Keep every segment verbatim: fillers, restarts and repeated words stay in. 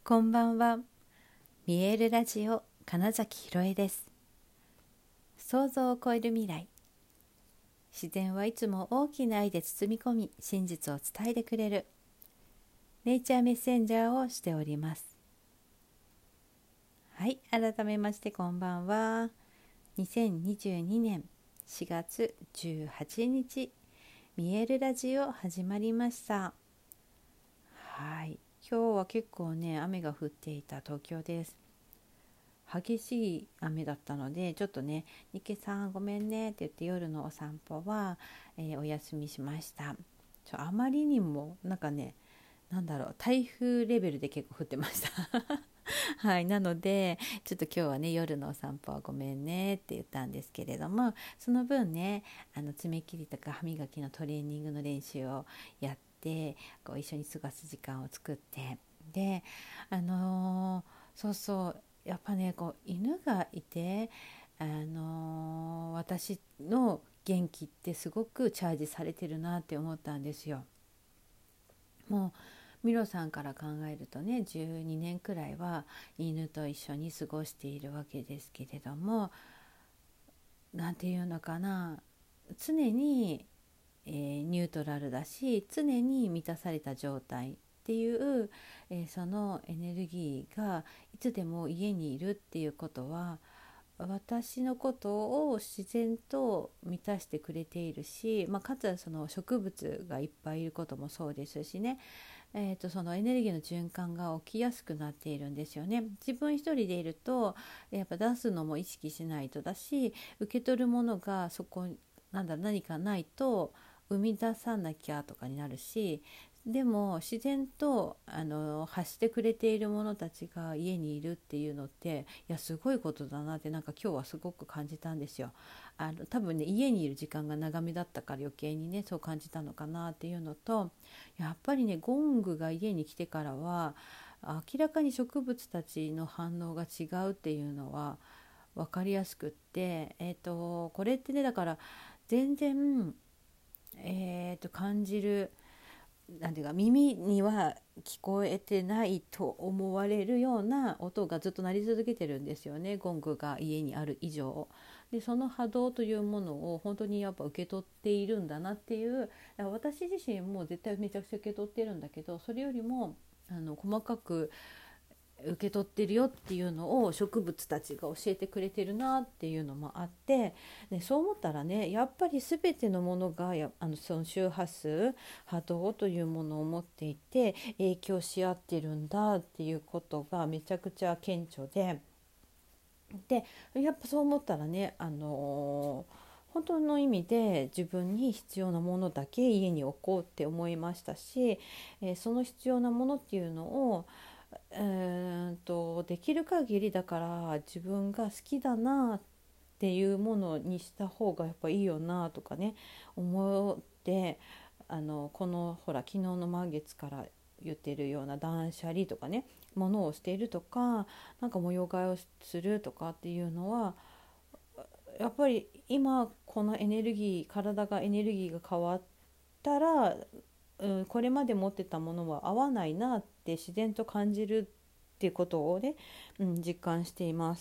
こんばんは。見えるラジオ金崎ひろえです。想像を超える未来。自然はいつも大きな愛で包み込み、真実を伝えてくれるネイチャーメッセンジャーをしております。はい、改めましてこんばんは。にせんにじゅうにねんしがつじゅうはちにち、見えるラジオ始まりました。はい、今日は結構ね雨が降っていた東京です。激しい雨だったので、ちょっとねニケさんごめんねって言って夜のお散歩は、えーお休みしました。ちょあまりにもなんかね、なんだろう、台風レベルで結構降ってましたはい、なのでちょっと今日はね夜のお散歩はごめんねって言ったんですけれども、その分ねあの爪切りとか歯磨きのトレーニングの練習をやって、こう一緒に過ごす時間を作って、であのーそうそうやっぱねこう犬がいて、あのー私の元気ってすごくチャージされてるなって思ったんですよ。もうミロさんから考えるとねじゅうにねんくらいは犬と一緒に過ごしているわけですけれども、なんていうのかな、常に、えーニュートラルだし、常に満たされた状態っていう、えーそのエネルギーがいつでも家にいるっていうことは、私のことを自然と満たしてくれているし、まあ、かつその植物がいっぱいいることもそうですしね、えー、とそのエネルギーの循環が起きやすくなっているんですよね。自分一人でいるとやっぱ出すのも意識しないとだし、受け取るものがそこなんだろう何かないと生み出さなきゃとかになるし、でも自然とあの発してくれているものたちが家にいるっていうのって、いやすごいことだなって、なんか今日はすごく感じたんですよ。あの多分ね家にいる時間が長めだったから余計にねそう感じたのかなっていうのと、やっぱりねゴングが家に来てからは明らかに植物たちの反応が違うっていうのは分かりやすくって、えーと、これってねだから全然、えーと、感じる、なんていうか耳には聞こえてないと思われるような音がずっと鳴り続けてるんですよね、ゴングが家にある以上で。その波動というものを本当にやっぱ受け取っているんだなっていう、私自身も絶対めちゃくちゃ受け取ってるんだけど、それよりもあの細かく受け取ってるよっていうのを植物たちが教えてくれてるなっていうのもあって、でそう思ったらねやっぱり全てのものがやあのその周波数波動というものを持っていて影響し合ってるんだっていうことがめちゃくちゃ顕著で、でやっぱそう思ったらね、あのー本当の意味で自分に必要なものだけ家に置こうって思いましたし、えーその必要なものっていうのをえーんとできる限りだから自分が好きだなっていうものにした方がやっぱいいよなとかね思って、あのこのほら昨日の満月から言ってるような断捨離とかね、ものを捨てるとかなんか模様替えをするとかっていうのはやっぱり今このエネルギー体がエネルギーが変わったら、うん、これまで持ってたものは合わないなって自然と感じるっていうことをね、うん、実感しています。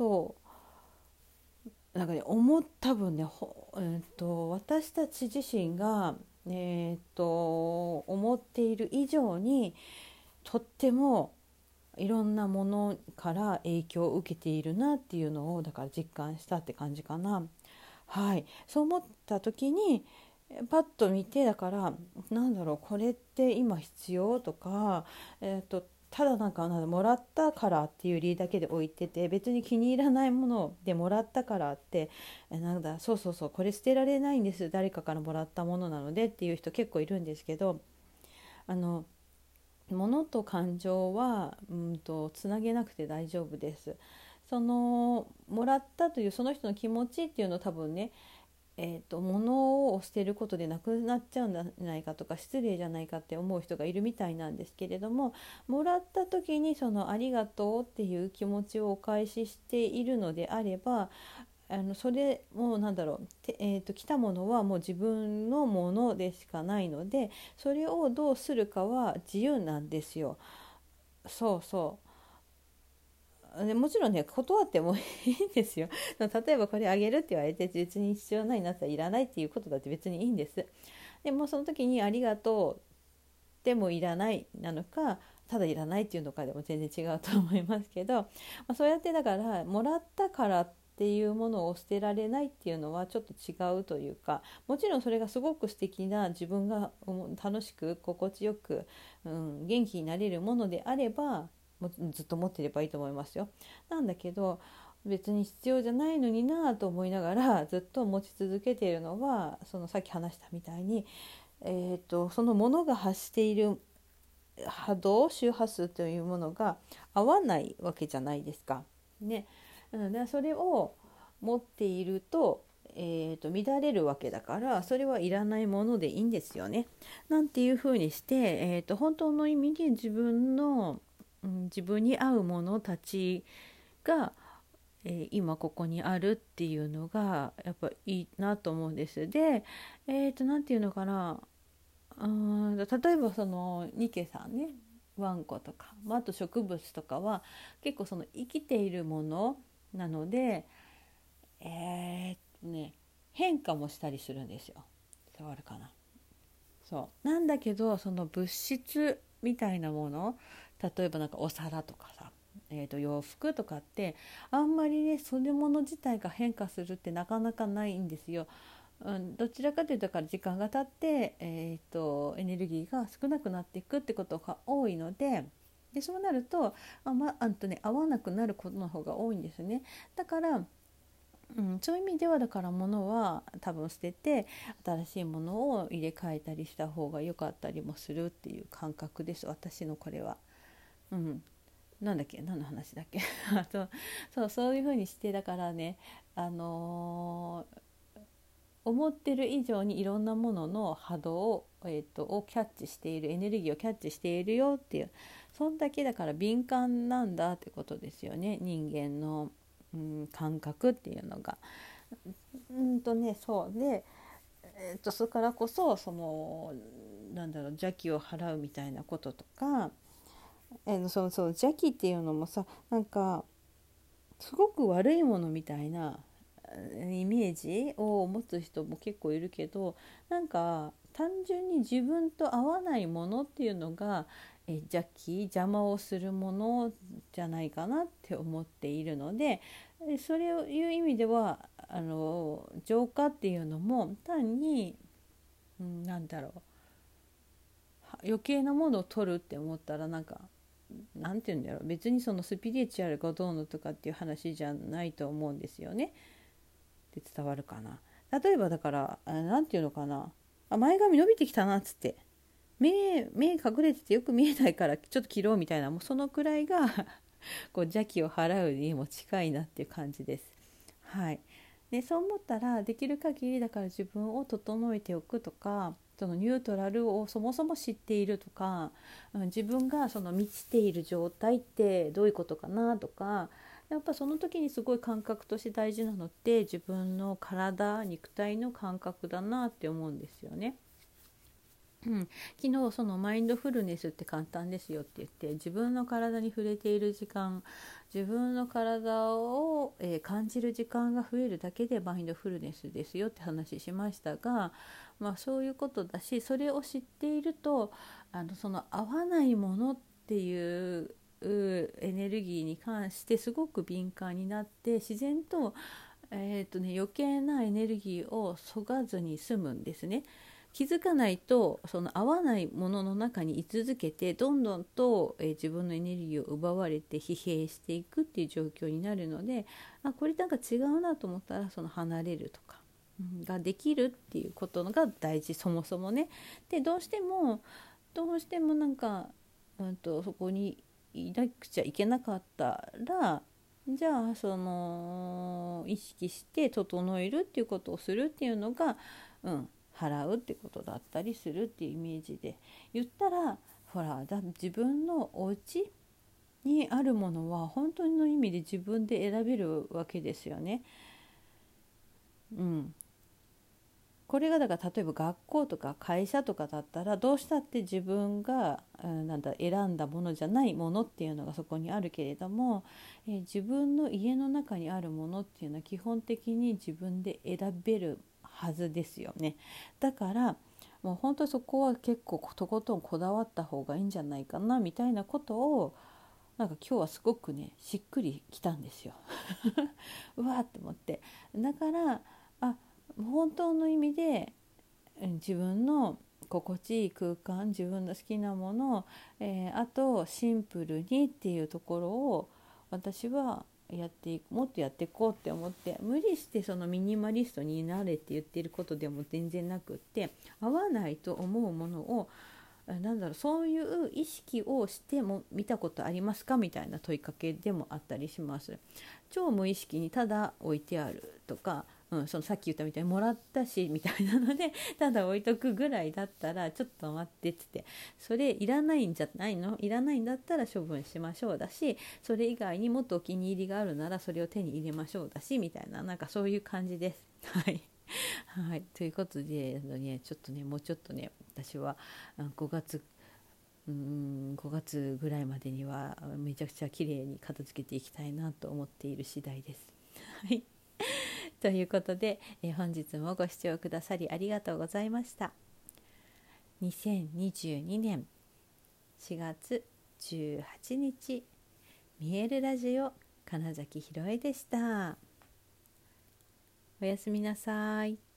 そうなんかね思多分ねほ、えー、と私たち自身が、えー、と思っている以上にとってもいろんなものから影響を受けているなっていうのをだから実感したって感じかな。はい、そう思った時にパッと見て、だからなんだろうこれって今必要とか、えー、とただなんかなんだもらったからっていう理由だけで置いてて、別に気に入らないものでもらったからってえなんだそうそうそうこれ捨てられないんです、誰かからもらったものなのでっていう人結構いるんですけど、あの物と感情はうんとつなげなくて大丈夫です。そのもらったというその人の気持ちっていうのを多分ね、えーと、物を捨てることでなくなっちゃうんじゃないかとか失礼じゃないかって思う人がいるみたいなんですけれども、もらった時にそのありがとうっていう気持ちをお返ししているのであれば、あのそれもなんだろうて、えーと、来たものはもう自分のものでしかないので、それをどうするかは自由なんですよ。 そうそうでもちろんね断ってもいいんですよ。例えばこれあげるって言われて別に必要ないなったらいらないっていうことだって別にいいんです。でもその時にありがとうでもいらないなのかただいらないっていうのかでも全然違うと思いますけど、まあ、そうやってだからもらったからっていうものを捨てられないっていうのはちょっと違うというか、もちろんそれがすごく素敵な自分が楽しく心地よく、うん、元気になれるものであればもうずっと持ってればいいと思いますよ。なんだけど別に必要じゃないのになと思いながらずっと持ち続けているのはそのさっき話したみたいに、えーと、そのものが発している波動周波数というものが合わないわけじゃないですか。ね、うん、だからそれを持っていると、えーと、乱れるわけだからそれはいらないものでいいんですよね。なんていうふうにして、えーと、本当の意味で自分の、うん、自分に合うものたちが、えー、今ここにあるっていうのがやっぱいいなと思うんです。で、えーと、なんていうのかな、うーん例えばそのニケさんね、ワンコとか、まあ、あと植物とかは結構その生きているものなので、えーっとね変化もしたりするんですよ。伝わるかな。そうなんだけどその物質みたいなもの、例えばなんかお皿とかさ、えー、と洋服とかってあんまりねそれもの自体が変化するってなかなかないんですよ。うん、どちらかというとだから時間が経って、えー、とエネルギーが少なくなっていくってことが多いので、でそうなるとあ、まあんとね、合わなくなることの方が多いんですね。だから、うん、そういう意味ではだから物は多分捨てて新しいものを入れ替えたりした方が良かったりもするっていう感覚です、私のこれは。うん、なんだっけ、何の話だっけあとそうそういう風にしてだからね、あのー思ってる以上にいろんなものの波動を、えーと、をキャッチしている、エネルギーをキャッチしているよっていう、そんだけだから敏感なんだってことですよね、人間の、うん、感覚っていうのが。うんとねそうで、えーと、それからこそそのなんだろう邪気を払うみたいなこととか、えー、そうそう邪気っていうのもさ、なんかすごく悪いものみたいなイメージを持つ人も結構いるけど、なんか単純に自分と合わないものっていうのがえ邪気邪魔をするものじゃないかなって思っているので、それをいう意味ではあの浄化っていうのも単に、うん、なんだろう、余計なものを取るって思ったらなんかなんて言うんだろう、別にそのスピリチュアルがどうのとかっていう話じゃないと思うんですよね。で伝わるかな。例えばだから何て言うのかな、あ前髪伸びてきたなっつって目目隠れててよく見えないからちょっと切ろうみたいな、もうそのくらいがこう邪気を払うにも近いなっていう感じです。はい。でそう思ったらできる限りだから自分を整えておくとか、そのニュートラルをそもそも知っているとか、自分がその満ちている状態ってどういうことかなとか、やっぱその時にすごい感覚として大事なのって自分の体肉体の感覚だなって思うんですよね。うん、昨日そのマインドフルネスって簡単ですよって言って、自分の体に触れている時間、自分の体を、えー感じる時間が増えるだけでマインドフルネスですよって話しましたが、まあ、そういうことだし、それを知っているとあのその合わないものっていうエネルギーに関してすごく敏感になって自然と、えーとね、余計なエネルギーをそがずに済むんですね。気づかないとその合わないものの中に居続けてどんどんと、えー自分のエネルギーを奪われて疲弊していくっていう状況になるので、あこれなんか違うなと思ったらその離れるとか、うんができるっていうことが大事、そもそもね。でどうしてもどうしてもなんか、うんと、そこにいなくちゃいけなかったら、じゃあその意識して整えるっていうことをするっていうのが、うん、払うってことだったりするっていうイメージで言ったら、ほらだ自分のお家にあるものは本当の意味で自分で選べるわけですよね。うん、 これがだから例えば学校とか会社とかだったらどうしたって自分が、うん、なんだ選んだものじゃないものっていうのがそこにあるけれども、えー自分の家の中にあるものっていうのは基本的に自分で選べるはずですよね。だからもう本当にそこは結構とことんこだわった方がいいんじゃないかなみたいなことをなんか今日はすごくねしっくりきたんですようわーって思って。だからあ本当の意味で自分の心地いい空間、自分の好きなもの、えーあとシンプルにっていうところを私はやっていくもっとやっていこうって思って、無理してそのミニマリストになれって言ってることでも全然なくって、合わないと思うものをなんだろう、そういう意識をしても見たことありますかみたいな問いかけでもあったりします。超無意識にただ置いてあるとか、うん、そのさっき言ったみたいにもらったしみたいなのでただ置いとくぐらいだったらちょっと待ってって言って、それいらないんじゃないの、いらないんだったら処分しましょうだし、それ以外にもっとお気に入りがあるならそれを手に入れましょうだしみたいな、なんかそういう感じです。はいはい、ということで、あの、ね、ちょっとねもうちょっとね私はごがつうーんごがつぐらいまでにはめちゃくちゃ綺麗に片付けていきたいなと思っている次第です。はいということで、えー本日もご視聴くださりありがとうございました。にせんにじゅうにねんしがつじゅうはちにち、見えるラジオ金崎ひろえでした。おやすみなさい。